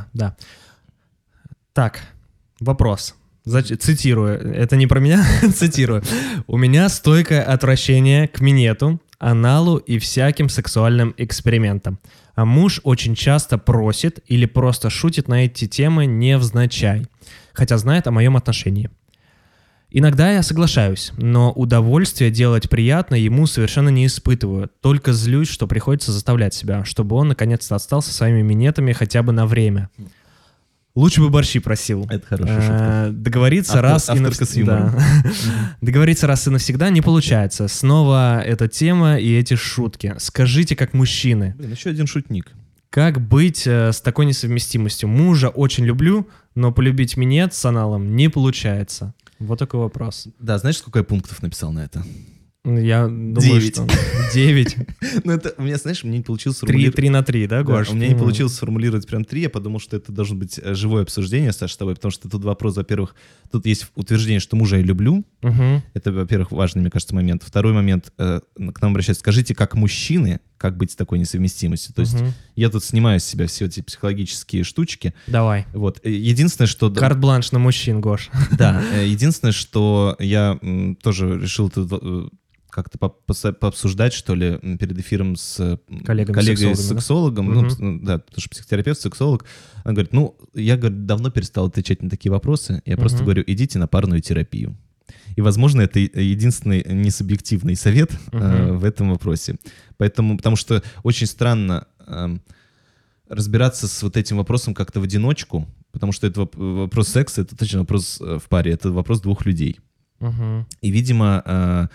Так, вопрос. Цитирую. Это не про меня, цитирую. У меня стойкое отвращение к минету, аналу и всяким сексуальным экспериментам. А муж очень часто просит или просто шутит на эти темы невзначай, хотя знает о моем отношении. Иногда я соглашаюсь, но удовольствие делать приятно ему совершенно не испытываю, только злюсь, что приходится заставлять себя, чтобы он наконец-то отстал со своими минетами хотя бы на время. Лучше бы борщи просил. Это хорошая шутка. Договориться раз и навсегда. Договориться раз и навсегда не получается. Снова эта тема и эти шутки. Скажите, как мужчины. Блин, еще один шутник. Как быть с такой несовместимостью? Мужа очень люблю, но полюбить минет с аналом не получается. Вот такой вопрос. Да, знаешь, сколько я пунктов написал на это? Я думаю, 9. что... 9? Ну, это у меня, знаешь, мне не получилось сформулировать... 3 на 3, да, Гош? У меня не получилось сформулировать прям 3, я подумал, что это должно быть живое обсуждение, Саша, с тобой, потому что тут вопрос, во-первых, тут есть утверждение, что мужа я люблю. Это, во-первых, важный, мне кажется, момент. Второй момент, к нам обращаются, скажите, как мужчины, как быть с такой несовместимостью? То есть я тут снимаю с себя все эти психологические штучки. Давай. Вот. Единственное, что... Карт-бланш на мужчин, Гош. Да. Единственное, что я тоже решил как-то пообсуждать, что ли, перед эфиром с коллегой-сексологом, да? Да, потому что психотерапевт, сексолог, он говорит, я, говорит, давно перестал отвечать на такие вопросы, я просто говорю, идите на парную терапию. И, возможно, это единственный несубъективный совет в этом вопросе. Поэтому, потому что очень странно разбираться с вот этим вопросом как-то в одиночку, потому что это вопрос секса, это точно вопрос в паре, это вопрос двух людей. И, видимо,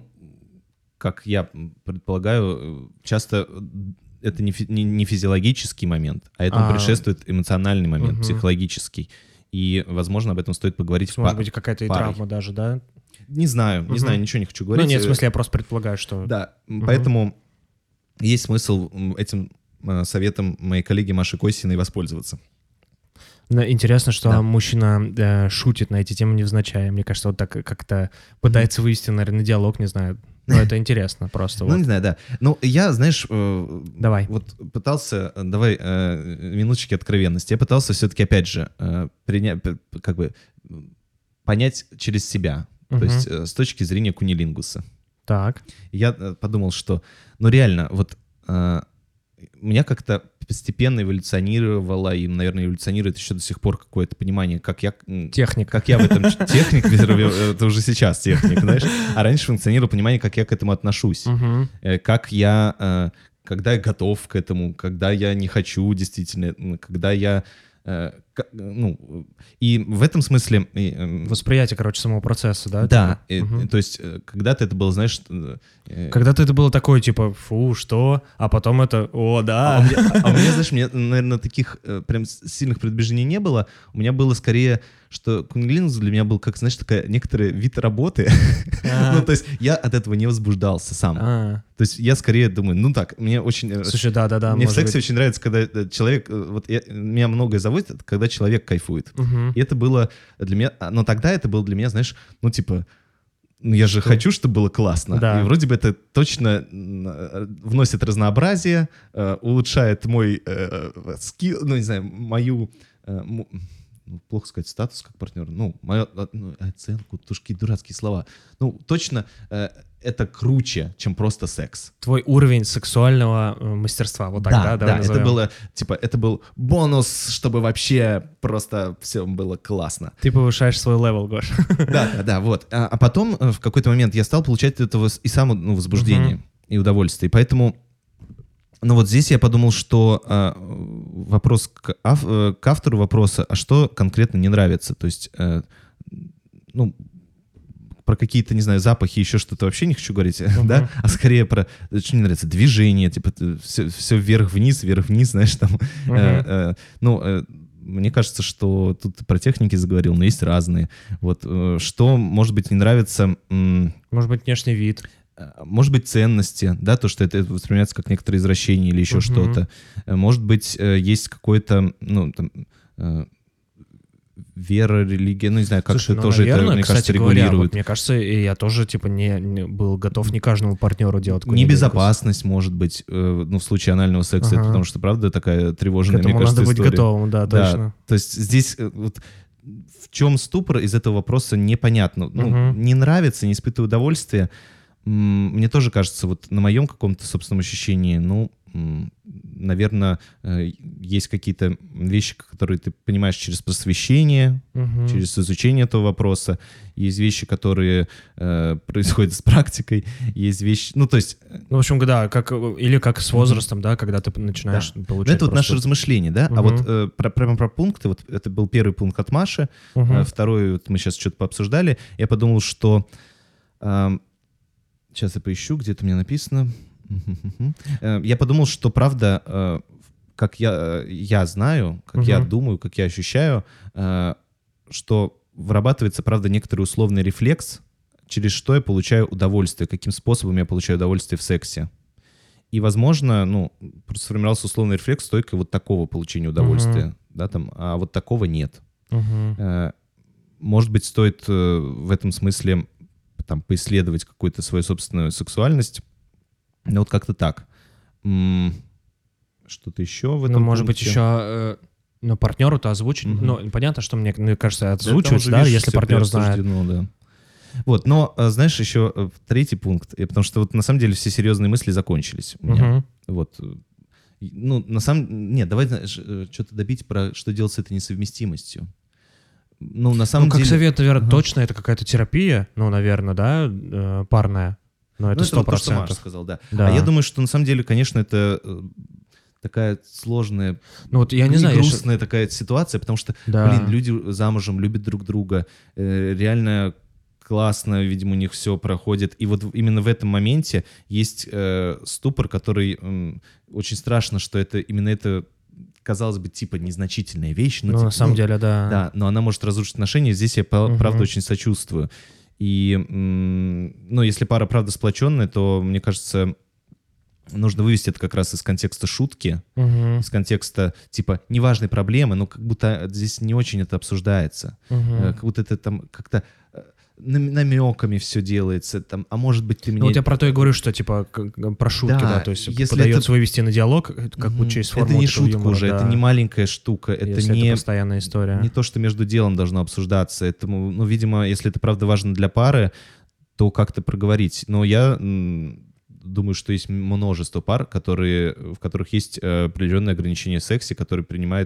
как я предполагаю, часто это не физиологический момент, а этому предшествует эмоциональный момент, психологический. И, возможно, об этом стоит поговорить. Может быть, какая-то и травма даже, да? Не знаю, ничего не хочу говорить. Нет, в смысле, я просто предполагаю, что... Да, поэтому есть смысл этим советом моей коллеги Маши Косиной воспользоваться. Интересно, что мужчина шутит на эти темы невзначай. Мне кажется, вот так как-то пытается вывести, наверное, диалог, не знаю. Но это интересно просто. Не знаю, да. Я, знаешь... Давай. Вот пытался... Давай минуточки откровенности. Я пытался все-таки, опять же, понять через себя. То есть с точки зрения кунилингуса. Так. Я подумал, что... реально, вот... У меня как-то постепенно эволюционировало, и, наверное, эволюционирует еще до сих пор какое-то понимание, как я... Техник. Как я в этом... Техник, это уже сейчас техник, знаешь? А раньше функционировало понимание, как я к этому отношусь. Как я... Когда я готов к этому, когда я не хочу действительно, когда я... и в этом смысле... Восприятие, короче, самого процесса, да? Да, то есть когда-то это было, знаешь... Когда-то это было такое, типа, фу, что? А потом это, о, да. А у меня, знаешь, наверное, таких прям сильных предубеждений не было. У меня было скорее, что кунилингус для меня был, как, знаешь, такая некоторый вид работы. То есть я от этого не возбуждался сам. То есть я скорее думаю, мне очень... Слушай, да. Мне в сексе очень нравится, когда человек... Меня многое заводит, когда человек кайфует. И это было для меня... Но тогда это было для меня, знаешь, я же хочу, чтобы было классно. Да. И вроде бы это точно вносит разнообразие, улучшает мой скилл, не знаю, плохо сказать статус как партнер, мою оценку, тоже какие дурацкие слова. Точно это круче, чем просто секс. Твой уровень сексуального мастерства, вот так, да, это был бонус, чтобы вообще просто все было классно. Ты повышаешь свой левел, Гош. Да, вот. А потом в какой-то момент я стал получать от этого и возбуждение, и удовольствие. Поэтому, вот здесь я подумал, что вопрос к автору вопроса, а что конкретно не нравится? То есть, про какие-то, не знаю, запахи, еще что-то вообще не хочу говорить, да, а скорее про, что мне нравится, движение, типа все вверх-вниз, знаешь, там. Мне кажется, что тут про техники заговорил, но есть разные. Вот что, может быть, не нравится... Может быть, внешний вид. Может быть, ценности, да, то, что это воспринимается как некоторое извращение или еще что-то. Может быть, есть какое-то, вера, религия, не знаю, как Слушай, это тоже, наверное, мне кажется, говоря, регулирует. Мне кажется, и я тоже, не был готов не каждому партнеру делать какую-нибудь. Небезопасность, может быть, в случае анального секса, это потому что, правда, такая тревожная, мне кажется, надо история. быть готовым, да, точно. То есть здесь в чем ступор из этого вопроса непонятно. Не нравится, не испытываю удовольствия. Мне тоже кажется, вот на моем каком-то собственном ощущении, наверное, есть какие-то вещи, которые ты понимаешь через просвещение, через изучение этого вопроса. Есть вещи, которые происходят с практикой. Есть вещи... то есть... в общем, да, как с возрастом, да, когда ты начинаешь получать... Это вот наше размышление, да? А вот прямо про пункты, вот это был первый пункт от Маши, второй, вот мы сейчас что-то пообсуждали. Я подумал, что... Сейчас я поищу, где-то у меня написано. Я подумал, что правда, как я знаю, как я думаю, как я ощущаю, что вырабатывается, правда, некоторый условный рефлекс, через что я получаю удовольствие, каким способом я получаю удовольствие в сексе. И, возможно, просто сформировался условный рефлекс только вот такого получения удовольствия, да, там, а вот такого нет. Может быть, стоит в этом смысле там поисследовать какую-то свою собственную сексуальность. Вот как-то так. Что-то еще в этом может пункте? быть, еще партнеру-то озвучить. Понятно, что мне кажется, озвучивать, да, если партнер знает. Да. Вот, но, знаешь, еще третий пункт, потому что вот на самом деле все серьезные мысли закончились у меня. Вот. На самом... Нет, давай, знаешь, что-то добить про что делать с этой несовместимостью. На самом деле... Как совет, наверное, точно это какая-то терапия, наверное, да, парная. Но это 100%. Это то, что Маша сказал, да. А я думаю, что на самом деле, конечно, это такая сложная, я не знаю, грустная такая ситуация, потому что, люди замужем, любят друг друга, реально классно, видимо, у них все проходит. И вот именно в этом моменте есть ступор, который очень страшно, что именно это казалось бы, типа, незначительная вещь. На самом деле, да. Да, но она может разрушить отношения. Здесь я, правда, очень сочувствую. И, если пара, правда, сплоченная, то, мне кажется, нужно вывести это как раз из контекста шутки, из контекста, типа, неважной проблемы, но как будто здесь не очень это обсуждается. Как будто это там как-то... намеками все делается, там, а может быть ты мне... Вот я про то и говорю, что типа про шутки, да, то есть пытается вывести на диалог, как бы через форму. Это не шутка юмора, уже, это не маленькая штука, это не... это постоянная история. Не то, что между делом должно обсуждаться, это, видимо, если это правда важно для пары, то как-то проговорить. Но я думаю, что есть множество пар, в которых есть определенные ограничения в сексе, на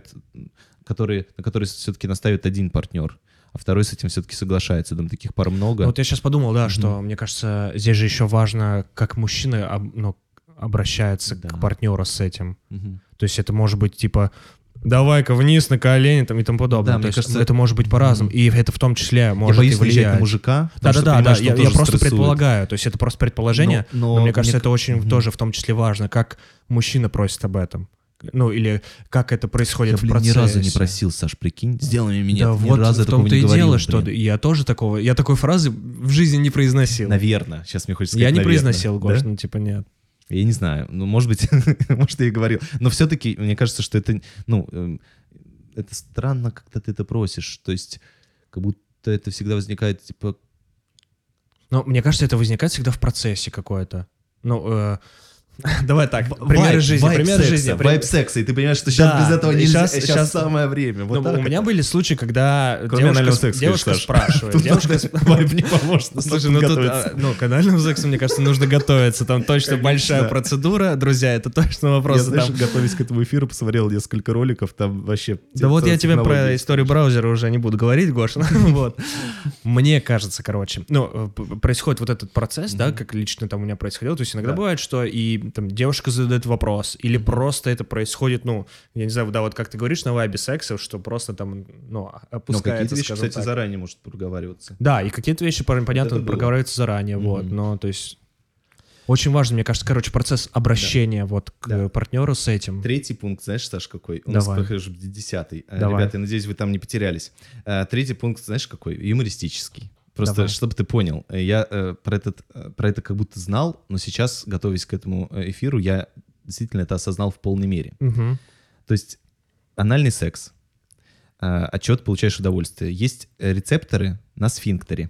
которые все-таки наставит один партнер, а второй с этим все-таки соглашается. Думаю, таких пар много. Вот я сейчас подумал, да, что, мне кажется, здесь же еще важно, как мужчина обращается к партнеру с этим. То есть это может быть типа давай-ка вниз на колени там, и тому подобное. Да, то есть кажется, это может быть по-разному. И это в том числе может и влиять. Я боюсь влиять на мужика. Да, я просто предполагаю. То есть это просто предположение, но мне кажется, это очень тоже в том числе важно, как мужчина просит об этом. Или как это происходит в процессе. Я ни разу не просил, Саш, прикинь, сделай меня. Да, ни вот разу в том-то и говорил, дело, что я тоже я такой фразы в жизни не произносил. Наверное, сейчас мне хочется сказать, я не наверное. произносил, Гош, да? Нет. Я не знаю, может быть, может, я и говорил. Но все-таки, мне кажется, что это, это странно, когда ты это просишь. То есть, как будто это всегда возникает, типа... Мне кажется, это возникает всегда в процессе какой-то. Давай так, примеры жизни. Вайб секса, и ты понимаешь, что сейчас без этого нельзя, сейчас самое время. У меня были случаи, когда девушка спрашивает. Вайб не поможет. Слушай, к анальному сексу, мне кажется, нужно готовиться. Там точно большая процедура. Друзья, это точно вопрос. Я, знаешь, готовясь к этому эфиру, посмотрел несколько роликов, там вообще... Да вот я тебе про историю браузера уже не буду говорить, Гоша. Мне кажется, происходит вот этот процесс, да, как лично там у меня происходило. То есть иногда бывает, что и там девушка задает вопрос, или просто это происходит, я не знаю, да, вот как ты говоришь, на вайбе секса, что просто там, опускается, какие-то вещи, скажем кстати, так. заранее может проговариваться. Да, и какие-то вещи, понятно, проговариваются заранее, вот, но, то есть, очень важно, мне кажется, процесс обращения к партнеру с этим. Третий пункт, знаешь, Саш, какой? У нас прохожу 10-й. Давай. Ребята, я надеюсь, вы там не потерялись. Третий пункт, знаешь, какой? Юмористический. Просто, чтобы ты понял, я про это как будто знал, но сейчас, готовясь к этому эфиру, я действительно это осознал в полной мере. Угу. То есть анальный секс, от чего ты получаешь удовольствие. Есть рецепторы на сфинктере.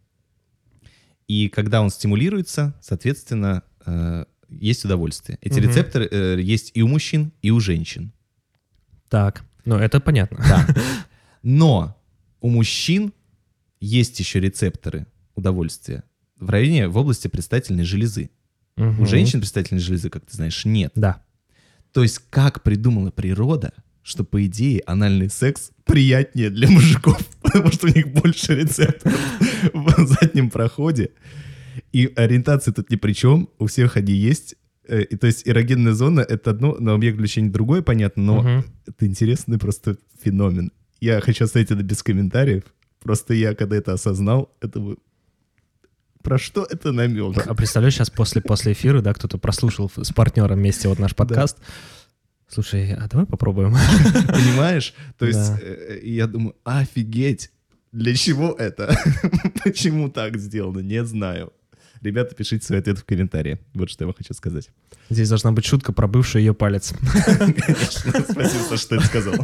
И когда он стимулируется, соответственно, есть удовольствие. Эти рецепторы есть и у мужчин, и у женщин. Так, это понятно. Да. Но у мужчин есть еще рецепторы удовольствия в области предстательной железы. У женщин предстательной железы, как ты знаешь, нет. Да. То есть как придумала природа, что, по идее, анальный секс приятнее для мужиков, потому что у них больше рецепторов в заднем проходе. И ориентация тут ни при чем, у всех они есть. И, то есть эрогенная зона — это одно, на объект включения другое, понятно, но это интересный просто феномен. Я хочу оставить это без комментариев. Просто я, когда это осознал, это про что это намек? А представляешь, сейчас после эфира, да, кто-то прослушал с партнером вместе наш подкаст. Да. Слушай, а давай попробуем? Понимаешь? То есть я думаю, офигеть, для чего это? Почему так сделано? Не знаю. Ребята, пишите свои ответы в комментарии. Вот что я вам хочу сказать. Здесь должна быть шутка про бывший ее палец. Конечно. Спасибо, Саша, что это сказал.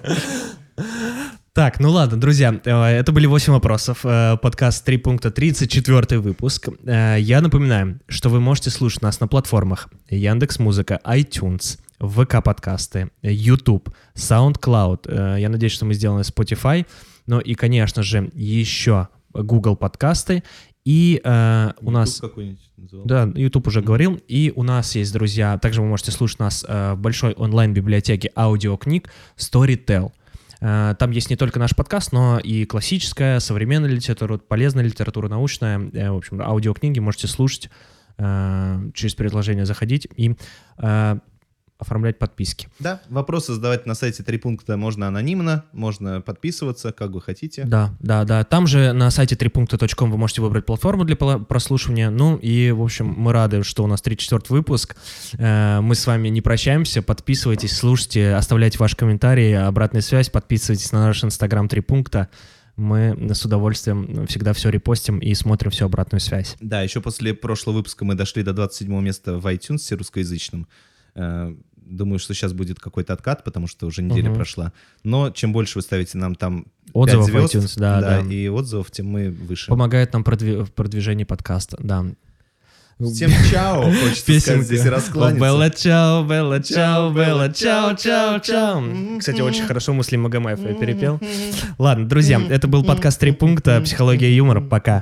Так, ладно, друзья, это были 8 вопросов. Подкаст 3 пункта, 34 выпуск. Я напоминаю, что вы можете слушать нас на платформах Яндекс.Музыка, iTunes, ВК-подкасты, YouTube, SoundCloud. Я надеюсь, что мы сделаны Spotify. Ну и, конечно же, еще Google подкасты. И у нас... Да, YouTube уже говорил. И у нас есть, друзья, также вы можете слушать нас в большой онлайн-библиотеке аудиокниг Storytel. Там есть не только наш подкаст, но и классическая, современная литература, полезная литература, научная. В общем, аудиокниги можете слушать, через приложение заходить и оформлять подписки. Да, вопросы задавать на сайте 3 пункта можно анонимно, можно подписываться, как вы хотите. Да. Там же на сайте 3punкта.com вы можете выбрать платформу для прослушивания. Ну и, в общем, мы рады, что у нас 34-й выпуск. Мы с вами не прощаемся. Подписывайтесь, слушайте, оставляйте ваши комментарии, обратную связь, подписывайтесь на наш Инстаграм 3 пункта. Мы с удовольствием всегда все репостим и смотрим всю обратную связь. Да, еще после прошлого выпуска мы дошли до 27-го места в iTunes русскоязычном. Думаю, что сейчас будет какой-то откат, потому что уже неделя прошла. Но чем больше вы ставите нам там отзывов 5 звезд, iTunes, да. И отзывов, тем мы выше. Помогает нам в продвижении подкаста, да. Всем чао, хочется сказать здесь и раскланяться. Белла чао, Белла чао, Белла чао, чао, чао. Кстати, очень хорошо Муслим Магомаев я перепел. Ладно, друзья, это был подкаст 3 пункта, психология и юмор. Пока.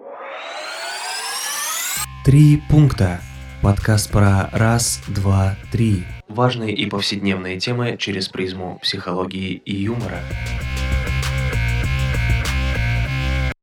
3 пункта. Подкаст про раз, два, три. Важные и повседневные темы через призму психологии и юмора.